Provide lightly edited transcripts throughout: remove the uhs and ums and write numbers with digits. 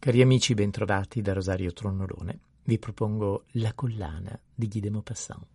Cari amici, bentrovati da Rosario Tronnolone. Vi propongo La collana di Guy de Maupassant.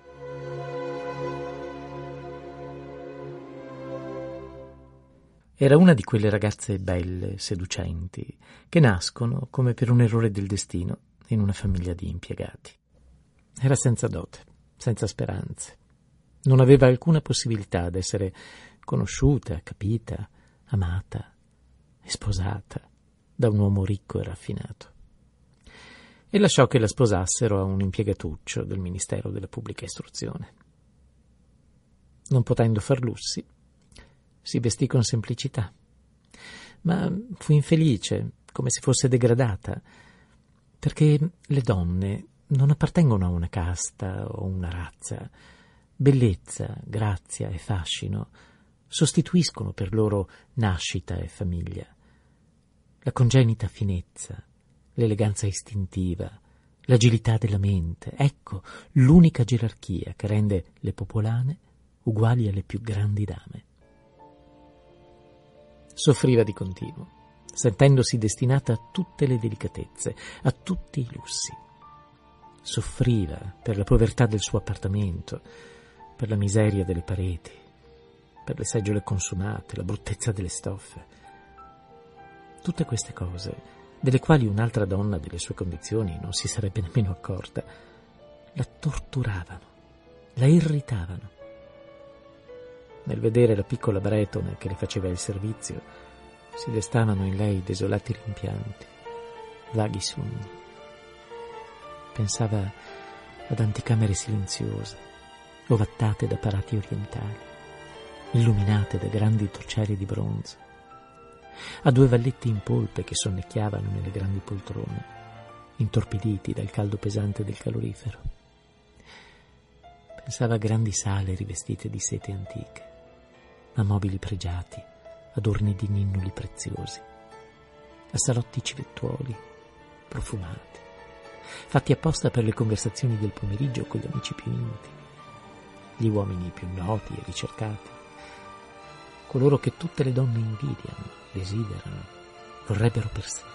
Era una di quelle ragazze belle, seducenti, che nascono, come per un errore del destino, in una famiglia di impiegati. Era senza dote, senza speranze. Non aveva alcuna possibilità d'essere conosciuta, capita, amata e sposata da un uomo ricco e raffinato. E lasciò che la sposassero a un impiegatuccio del Ministero della Pubblica Istruzione. Non potendo far lussi, si vestì con semplicità, ma fu infelice, come se fosse degradata, perché le donne non appartengono a una casta o una razza. Bellezza, grazia e fascino sostituiscono per loro nascita e famiglia. La congenita finezza, l'eleganza istintiva, l'agilità della mente, ecco l'unica gerarchia che rende le popolane uguali alle più grandi dame. Soffriva di continuo, sentendosi destinata a tutte le delicatezze, a tutti i lussi. Soffriva per la povertà del suo appartamento, per la miseria delle pareti, per le seggiole consumate, la bruttezza delle stoffe. Tutte queste cose, delle quali un'altra donna delle sue condizioni non si sarebbe nemmeno accorta, la torturavano, la irritavano. Nel vedere la piccola bretone che le faceva il servizio, si destavano in lei desolati rimpianti, vaghi sogni. Pensava ad anticamere silenziose, ovattate da parati orientali, illuminate da grandi torciere di bronzo, a due valletti in polpe che sonnecchiavano nelle grandi poltrone, intorpiditi dal caldo pesante del calorifero. Pensava a grandi sale rivestite di sete antiche, a mobili pregiati, adorni di ninnoli preziosi, a salotti civettuoli, profumati, fatti apposta per le conversazioni del pomeriggio con gli amici più intimi, gli uomini più noti e ricercati, coloro che tutte le donne invidiano, desiderano, vorrebbero per sé.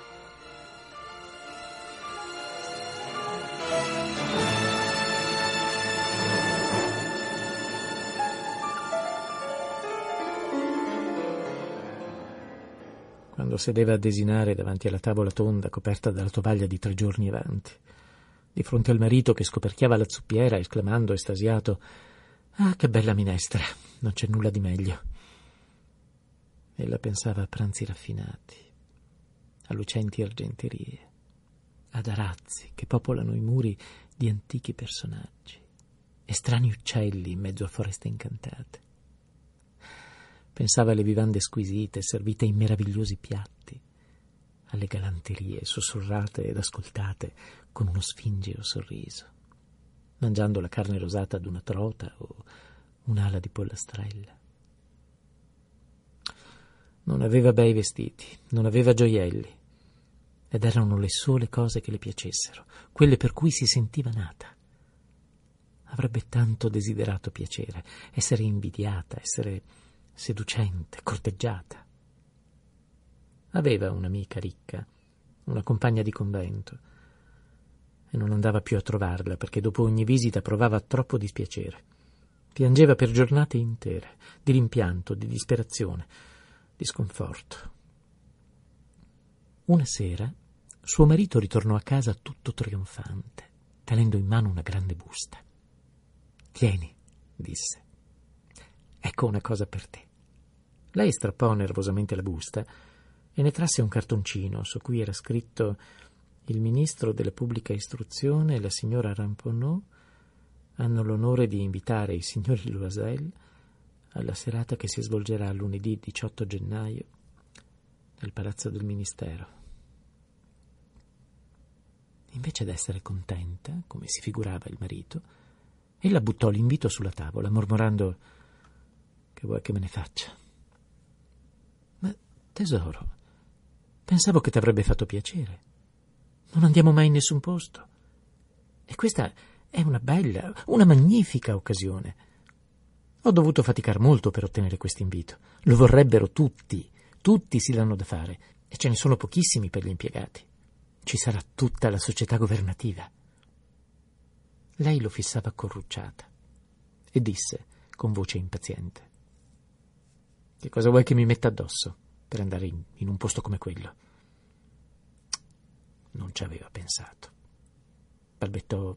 Quando sedeva a desinare davanti alla tavola tonda coperta dalla tovaglia di 3 giorni avanti, di fronte al marito che scoperchiava la zuppiera esclamando estasiato: «Ah, che bella minestra, non c'è nulla di meglio». Ella pensava a pranzi raffinati, a lucenti argenterie, ad arazzi che popolano i muri di antichi personaggi e strani uccelli in mezzo a foreste incantate. Pensava alle vivande squisite servite in meravigliosi piatti, alle galanterie sussurrate ed ascoltate con uno sfingeo sorriso, mangiando la carne rosata ad una trota o un'ala di pollastrella. Non aveva bei vestiti, non aveva gioielli, ed erano le sole cose che le piacessero, quelle per cui si sentiva nata. Avrebbe tanto desiderato piacere, essere invidiata, essere seducente, corteggiata. Aveva un'amica ricca, una compagna di convento, e non andava più a trovarla perché dopo ogni visita provava troppo dispiacere. Piangeva per giornate intere, di rimpianto, di disperazione, di sconforto. Una sera suo marito ritornò a casa tutto trionfante, tenendo in mano una grande busta. «Tieni», disse, «ecco una cosa per te». Lei strappò nervosamente la busta e ne trasse un cartoncino su cui era scritto: «Il ministro della pubblica istruzione e la signora Ramponneau hanno l'onore di invitare i signori Loisel alla serata che si svolgerà lunedì 18 gennaio nel palazzo del Ministero». Invece d'essere contenta, come si figurava il marito, ella buttò l'invito sulla tavola, mormorando: «Che vuoi che me ne faccia?» «Ma, tesoro, pensavo che t'avrebbe fatto piacere. Non andiamo mai in nessun posto. E questa è una bella, una magnifica occasione. Ho dovuto faticar molto per ottenere questo invito. Lo vorrebbero tutti si danno da fare. E ce ne sono pochissimi per gli impiegati. Ci sarà tutta la società governativa. Lei lo fissava accorrucciata e disse con voce impaziente: che cosa vuoi che mi metta addosso per andare in un posto come quello? Non ci aveva pensato. Balbettò: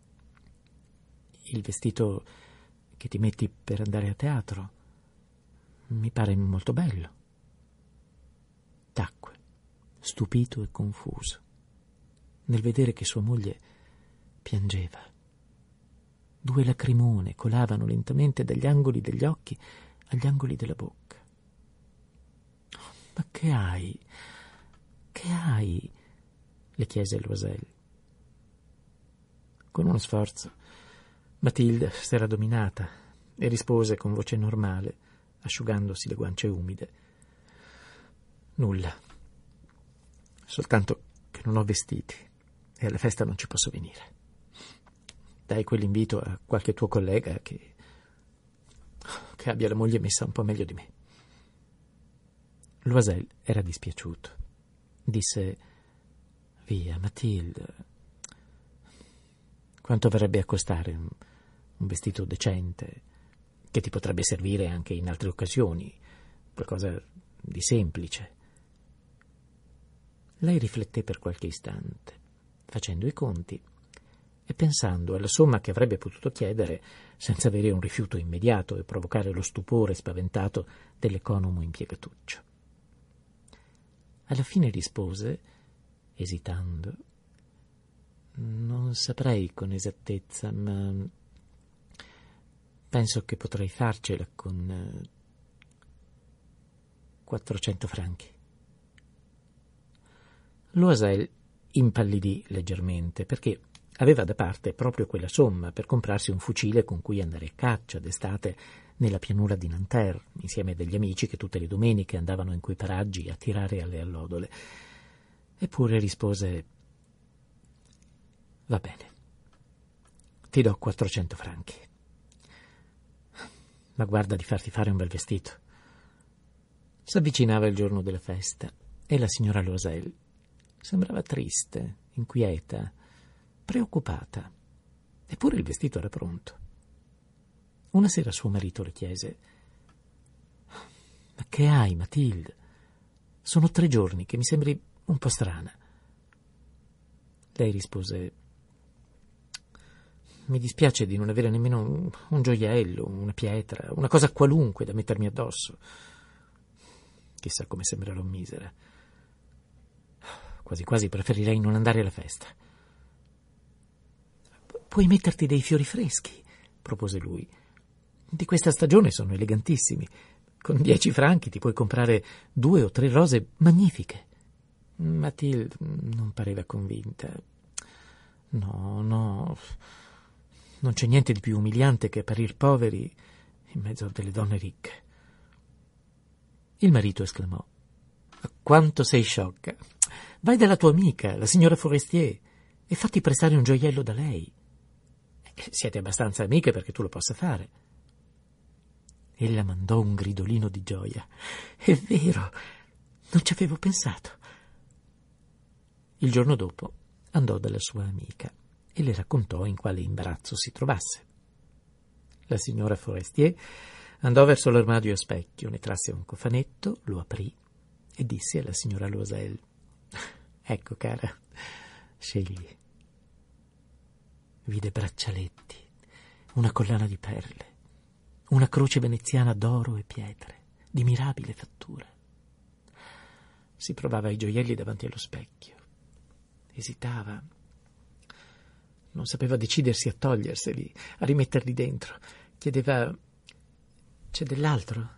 il vestito che ti metti per andare a teatro mi pare molto bello. Tacque, stupito e confuso, nel vedere che sua moglie piangeva. 2 lacrimone colavano lentamente dagli angoli degli occhi agli angoli della bocca. Ma che hai? Che hai? Le chiese Loisel. Con uno sforzo, Mathilde s'era dominata e rispose con voce normale, asciugandosi le guance umide: nulla. Soltanto che non ho vestiti e alla festa non ci posso venire. Dai quell'invito a qualche tuo collega che abbia la moglie messa un po' meglio di me. Loisel era dispiaciuto. Disse: via, Mathilde. Quanto verrebbe a costare un vestito decente, che ti potrebbe servire anche in altre occasioni, qualcosa di semplice? Lei rifletté per qualche istante, facendo i conti e pensando alla somma che avrebbe potuto chiedere senza avere un rifiuto immediato e provocare lo stupore spaventato dell'economo impiegatuccio. Alla fine rispose, esitando: non saprei con esattezza, ma penso che potrei farcela con 400 franchi. Loisel impallidì leggermente perché aveva da parte proprio quella somma per comprarsi un fucile con cui andare a caccia d'estate nella pianura di Nanterre, insieme a degli amici che tutte le domeniche andavano in quei paraggi a tirare alle allodole. Eppure rispose: va bene, ti do 400 franchi. Ma guarda di farti fare un bel vestito. S'avvicinava il giorno della festa e la signora Loisel sembrava triste, inquieta, preoccupata. Eppure il vestito era pronto. Una sera suo marito le chiese: ma che hai, Mathilde? Sono 3 giorni che mi sembri un po' strana. Lei rispose: mi dispiace di non avere nemmeno un gioiello, una pietra, una cosa qualunque da mettermi addosso. Chissà come sembrerò misera. Quasi quasi preferirei non andare alla festa. Puoi metterti dei fiori freschi, propose lui. Di questa stagione sono elegantissimi. Con 10 franchi ti puoi comprare 2 o 3 rose magnifiche. Mathilde non pareva convinta. No, non c'è niente di più umiliante che apparir poveri in mezzo a delle donne ricche. Il marito esclamò: quanto sei sciocca! Vai dalla tua amica, la signora Forestier, e fatti prestare un gioiello da lei. Siete abbastanza amiche perché tu lo possa fare. Ella mandò un gridolino di gioia. È vero, non ci avevo pensato. Il giorno dopo andò dalla sua amica e le raccontò in quale imbarazzo si trovasse. La signora Forestier andò verso l'armadio a specchio, ne trasse un cofanetto, lo aprì e disse alla signora Loisel: ecco, cara, scegli. Vide braccialetti, una collana di perle, una croce veneziana d'oro e pietre, di mirabile fattura. Si provava i gioielli davanti allo specchio. Esitava. Non sapeva decidersi a toglierseli, a rimetterli dentro. Chiedeva: c'è dell'altro?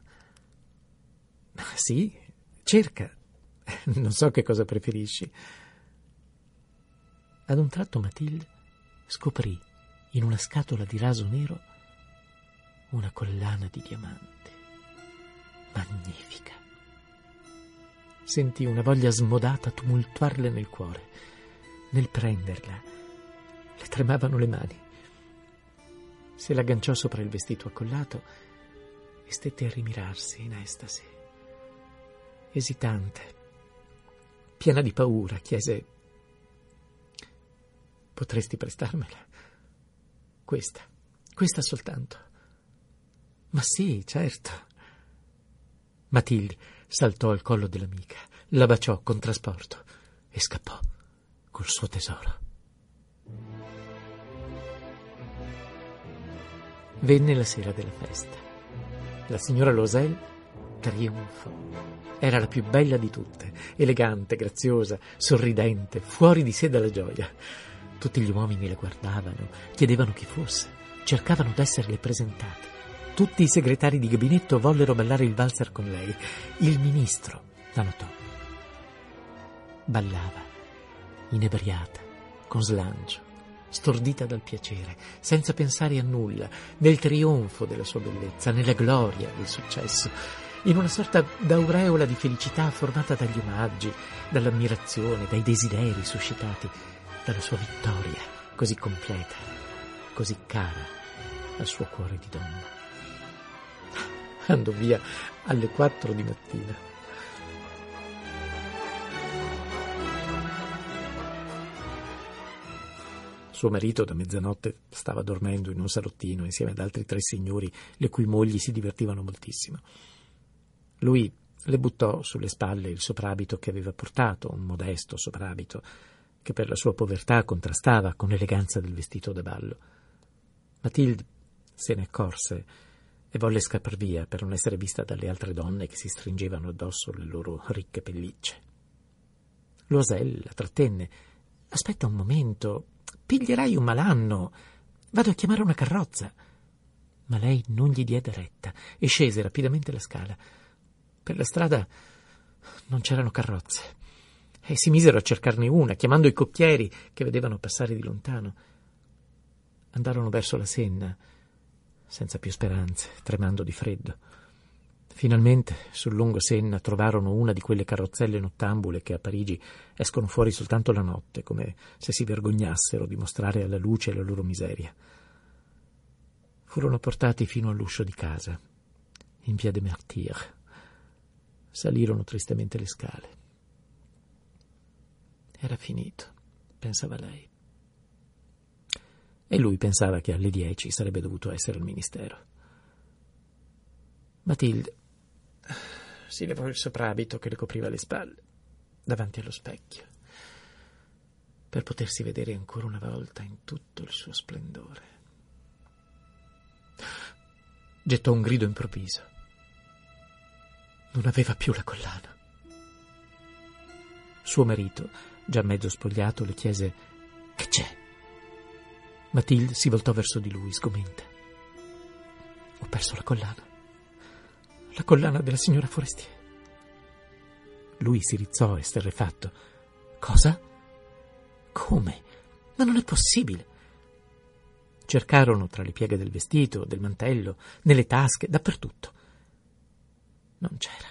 Sì, cerca. Non so che cosa preferisci. Ad un tratto Mathilde scoprì in una scatola di raso nero una collana di diamanti. Magnifica. Sentì una voglia smodata tumultuarle nel cuore. Nel prenderla le tremavano le mani. Se l'agganciò sopra il vestito accollato e stette a rimirarsi in estasi. Esitante, piena di paura, chiese: «Potresti prestarmela? Questa soltanto?» «Ma sì, certo». Matilde saltò al collo dell'amica, la baciò con trasporto e scappò col suo tesoro. Venne la sera della festa. La signora Loisel trionfò. Era la più bella di tutte, elegante, graziosa, sorridente, fuori di sé dalla gioia. Tutti gli uomini la guardavano, chiedevano chi fosse, cercavano d'esserle presentati. Tutti i segretari di gabinetto vollero ballare il valzer con lei. Il ministro la notò. Ballava, inebriata, con slancio, stordita dal piacere, senza pensare a nulla, nel trionfo della sua bellezza, nella gloria del successo, in una sorta d'aureola di felicità formata dagli omaggi, dall'ammirazione, dai desideri suscitati dalla sua vittoria così completa, così cara al suo cuore di donna. Andò via alle 4 di mattina. Suo marito da mezzanotte stava dormendo in un salottino insieme ad altri 3 signori le cui mogli si divertivano moltissimo. Lui le buttò sulle spalle il soprabito che aveva portato, un modesto soprabito che per la sua povertà contrastava con l'eleganza del vestito da ballo. Matilde se ne accorse e volle scappar via per non essere vista dalle altre donne che si stringevano addosso le loro ricche pellicce. Loisel la trattenne. «Aspetta un momento, piglierai un malanno, vado a chiamare una carrozza». Ma lei non gli diede retta e scese rapidamente la scala. Per la strada non c'erano carrozze e si misero a cercarne una, chiamando i cocchieri che vedevano passare di lontano. Andarono verso la Senna, senza più speranze, tremando di freddo. Finalmente, sul lungo Senna, trovarono una di quelle carrozzelle nottambule che a Parigi escono fuori soltanto la notte, come se si vergognassero di mostrare alla luce la loro miseria. Furono portati fino all'uscio di casa, in via des Martyrs. Salirono tristemente le scale. Era finito, pensava lei. E lui pensava che alle 10 sarebbe dovuto essere al ministero. Matilde si levò il soprabito che le copriva le spalle davanti allo specchio per potersi vedere ancora una volta in tutto il suo splendore. Gettò un grido improvviso. Non aveva più la collana. Suo marito, già mezzo spogliato, le chiese: «Che c'è?» Matilde si voltò verso di lui, sgomenta. «Ho perso la collana. La collana della signora Forestier». Lui si rizzò esterrefatto. «Cosa? Come? Ma non è possibile!» Cercarono tra le pieghe del vestito, del mantello, nelle tasche, dappertutto. Non c'era.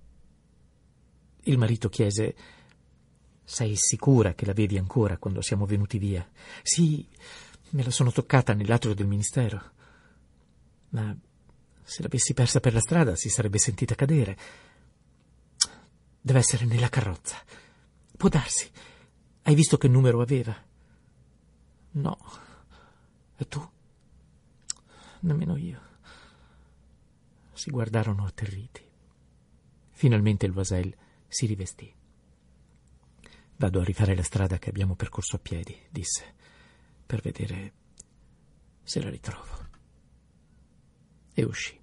Il marito chiese: «Sei sicura che l'avevi ancora quando siamo venuti via?» «Sì, me la sono toccata nell'atrio del ministero. Ma se l'avessi persa per la strada si sarebbe sentita cadere. Deve essere nella carrozza. Può darsi. Hai visto che numero aveva?» «No. E tu?» «Nemmeno io». Si guardarono atterriti. Finalmente Loisel si rivestì. «Vado a rifare la strada che abbiamo percorso a piedi», disse, «per vedere se la ritrovo». E uscì.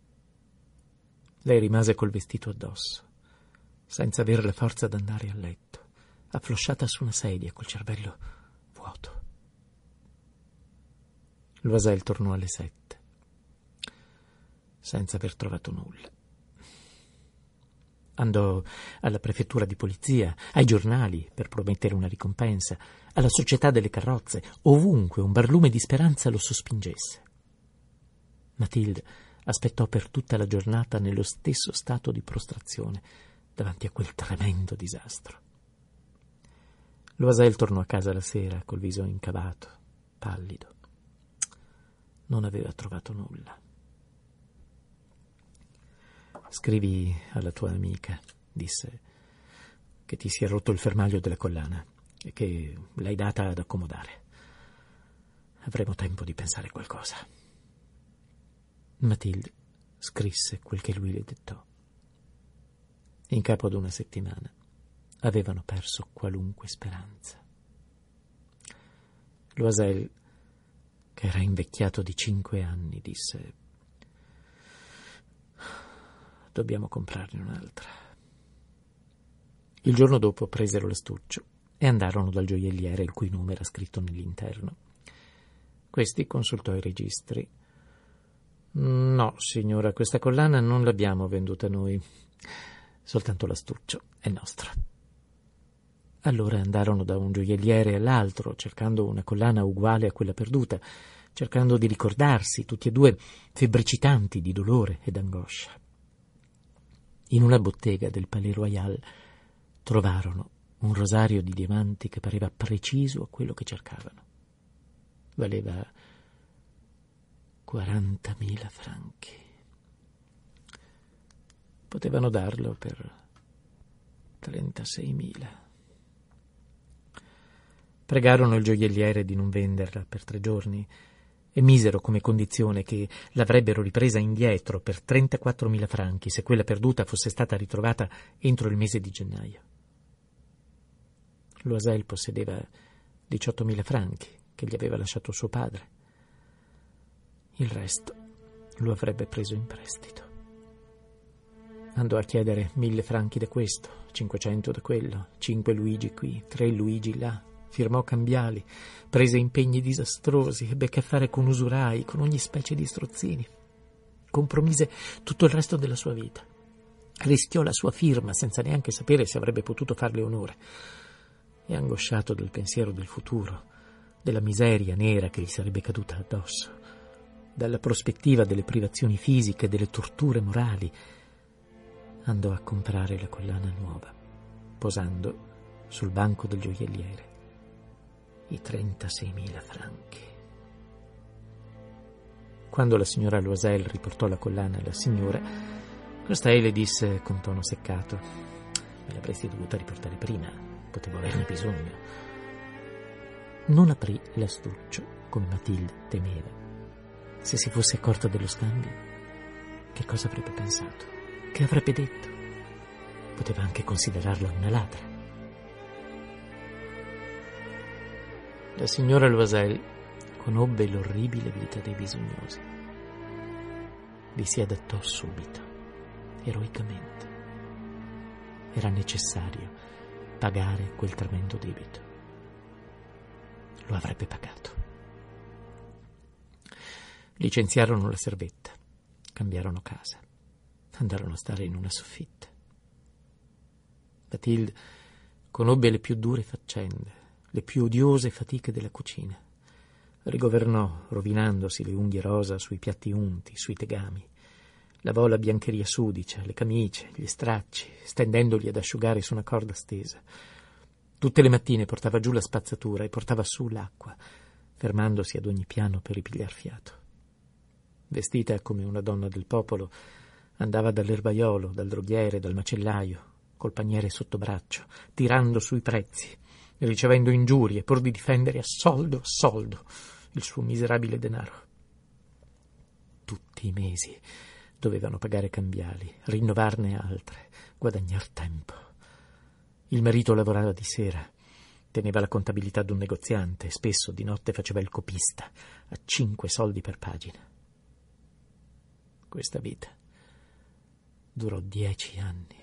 Lei rimase col vestito addosso, senza avere la forza d'andare a letto, afflosciata su una sedia col cervello vuoto. Loisel tornò alle 7, senza aver trovato nulla. Andò alla prefettura di polizia, ai giornali per promettere una ricompensa, alla società delle carrozze, ovunque un barlume di speranza lo sospingesse. Matilde aspettò per tutta la giornata nello stesso stato di prostrazione davanti a quel tremendo disastro. Loisel tornò a casa la sera col viso incavato, pallido. Non aveva trovato nulla. «Scrivi alla tua amica», disse. che ti sia rotto il fermaglio della collana e che l'hai data ad accomodare. Avremo tempo di pensare qualcosa. Matilde scrisse quel che lui le dettò. In capo ad una settimana avevano perso qualunque speranza. Loisel, che era invecchiato di 5 anni, disse: «Dobbiamo comprarne un'altra». Il giorno dopo presero l'astuccio e andarono dal gioielliere il cui nome era scritto nell'interno. Questi consultò i registri. «No, signora, questa collana non l'abbiamo venduta noi. Soltanto l'astuccio è nostro». Allora andarono da un gioielliere all'altro, cercando una collana uguale a quella perduta, cercando di ricordarsi, tutti e due febbricitanti di dolore ed angoscia. In una bottega del Palais Royal trovarono un rosario di diamanti che pareva preciso a quello che cercavano. Valeva 40.000 franchi. Potevano darlo per 36.000. Pregarono il gioielliere di non venderla per 3 giorni e misero come condizione che l'avrebbero ripresa indietro per 34.000 franchi se quella perduta fosse stata ritrovata entro il mese di gennaio. Loisel possedeva 18.000 franchi che gli aveva lasciato suo padre. Il resto lo avrebbe preso in prestito. Andò a chiedere 1.000 franchi da questo, 500 da quello, 5 Luigi qui, 3 Luigi là. Firmò cambiali, prese impegni disastrosi, ebbe a che fare con usurai, con ogni specie di strozzini. Compromise tutto il resto della sua vita. Rischiò la sua firma senza neanche sapere se avrebbe potuto farle onore. E angosciato dal pensiero del futuro, della miseria nera che gli sarebbe caduta addosso, dalla prospettiva delle privazioni fisiche e delle torture morali, andò a comprare la collana nuova, posando sul banco del gioielliere i 36.000 franchi. Quando la signora Loisel riportò la collana alla signora, costei le disse con tono seccato: «Me l'avresti dovuta riportare prima, potevo averne bisogno». Non aprì l'astuccio, come Matilde temeva. Se si fosse accorta dello scambio, che cosa avrebbe pensato? Che avrebbe detto? Poteva anche considerarla una ladra. La signora Loisel conobbe l'orribile vita dei bisognosi. Vi si adattò subito, eroicamente. Era necessario pagare quel tremendo debito. Lo avrebbe pagato. Licenziarono la servetta, cambiarono casa, andarono a stare in una soffitta. Matilde conobbe le più dure faccende, le più odiose fatiche della cucina. Rigovernò, rovinandosi le unghie rosa sui piatti unti, sui tegami. Lavò la biancheria sudicia, le camicie, gli stracci, stendendoli ad asciugare su una corda stesa. Tutte le mattine portava giù la spazzatura e portava su l'acqua, fermandosi ad ogni piano per ripigliar fiato. Vestita come una donna del popolo, andava dall'erbaiolo, dal droghiere, dal macellaio, col paniere sotto braccio, tirando sui prezzi, ricevendo ingiurie pur di difendere a soldo il suo miserabile denaro. Tutti i mesi dovevano pagare cambiali, rinnovarne altre, guadagnar tempo. Il marito lavorava di sera, teneva la contabilità d'un negoziante e spesso di notte faceva il copista a 5 soldi per pagina. Questa vita durò 10 anni.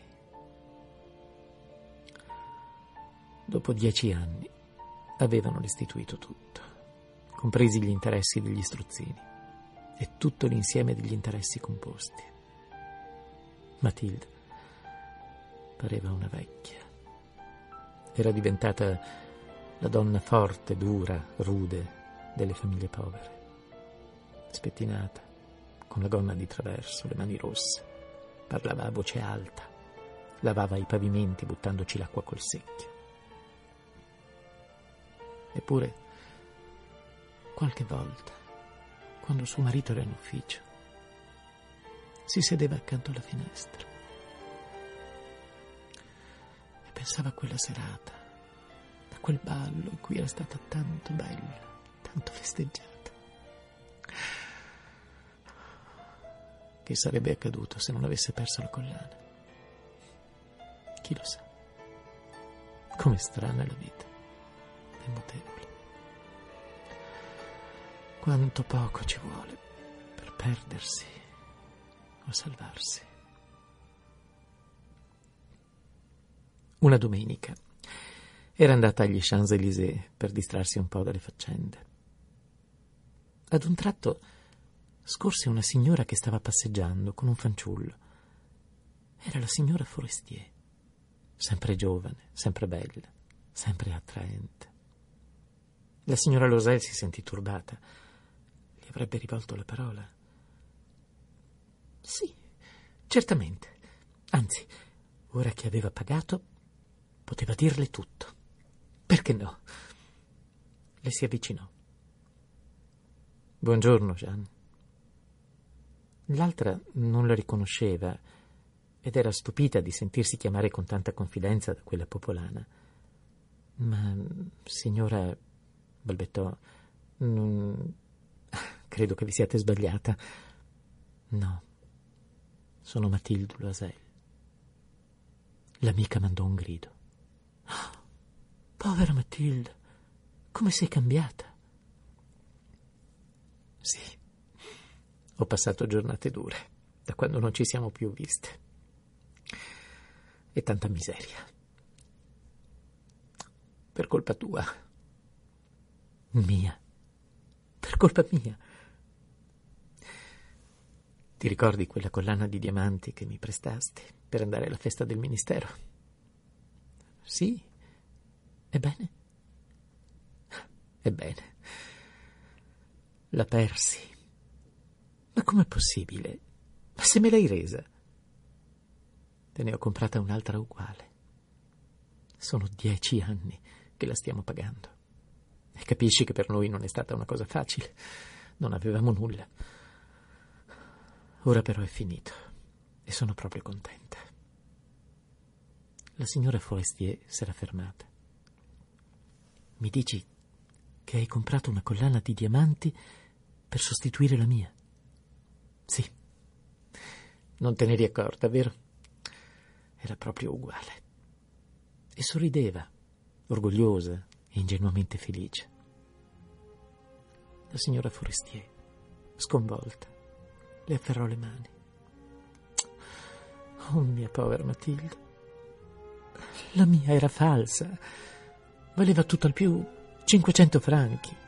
Dopo 10 anni avevano restituito tutto, compresi gli interessi degli strozzini e tutto l'insieme degli interessi composti. Matilde pareva una vecchia. Era diventata la donna forte, dura, rude delle famiglie povere. Spettinata, con la gonna di traverso, le mani rosse, parlava a voce alta, lavava i pavimenti buttandoci l'acqua col secchio. Eppure, qualche volta, quando suo marito era in ufficio, si sedeva accanto alla finestra e Pensava a quella serata, a quel ballo in cui era stata tanto bella, tanto festeggiata. Che sarebbe accaduto se non avesse perso la collana? Chi lo sa? Com'è strana la vita, è mutevole. Quanto poco ci vuole per perdersi o salvarsi. Una domenica era andata agli Champs-Élysées per distrarsi un po' dalle faccende. Ad un tratto scorse una signora che stava passeggiando con un fanciullo. Era la signora Forestier, sempre giovane, sempre bella, sempre attraente. La signora Loisel si sentì turbata. Gli avrebbe rivolto la parola? Sì, certamente. Anzi, ora che aveva pagato, poteva dirle tutto. Perché no? Le si avvicinò. Buongiorno, Jeanne. L'altra non la riconosceva ed era stupita di sentirsi chiamare con tanta confidenza da quella popolana. Ma, signora, balbettò, non... credo che vi siate sbagliata. No, sono Mathilde Loisel. L'amica mandò un grido. Oh, povera Mathilde, come sei cambiata? Sì, ho passato giornate dure da quando non ci siamo più viste. E tanta miseria. Per colpa tua. Mia. Per colpa mia. Ti ricordi quella collana di diamanti che mi prestasti per andare alla festa del ministero? Sì. Ebbene? Ebbene. La persi. Ma com'è possibile? Ma se me l'hai resa? Te ne ho comprata un'altra uguale. Sono 10 anni che la stiamo pagando. E capisci che per noi non è stata una cosa facile. Non avevamo nulla. Ora però è finito e sono proprio contenta. La signora Forestier s'era fermata. Mi dici che hai comprato una collana di diamanti per sostituire la mia? Sì. Non te ne eri accorta, vero? Era proprio uguale. E sorrideva, orgogliosa e ingenuamente felice. La signora Forestier, sconvolta, le afferrò le mani. Oh, mia povera Mathilde. La mia era falsa. Valeva tutto al più 500 franchi.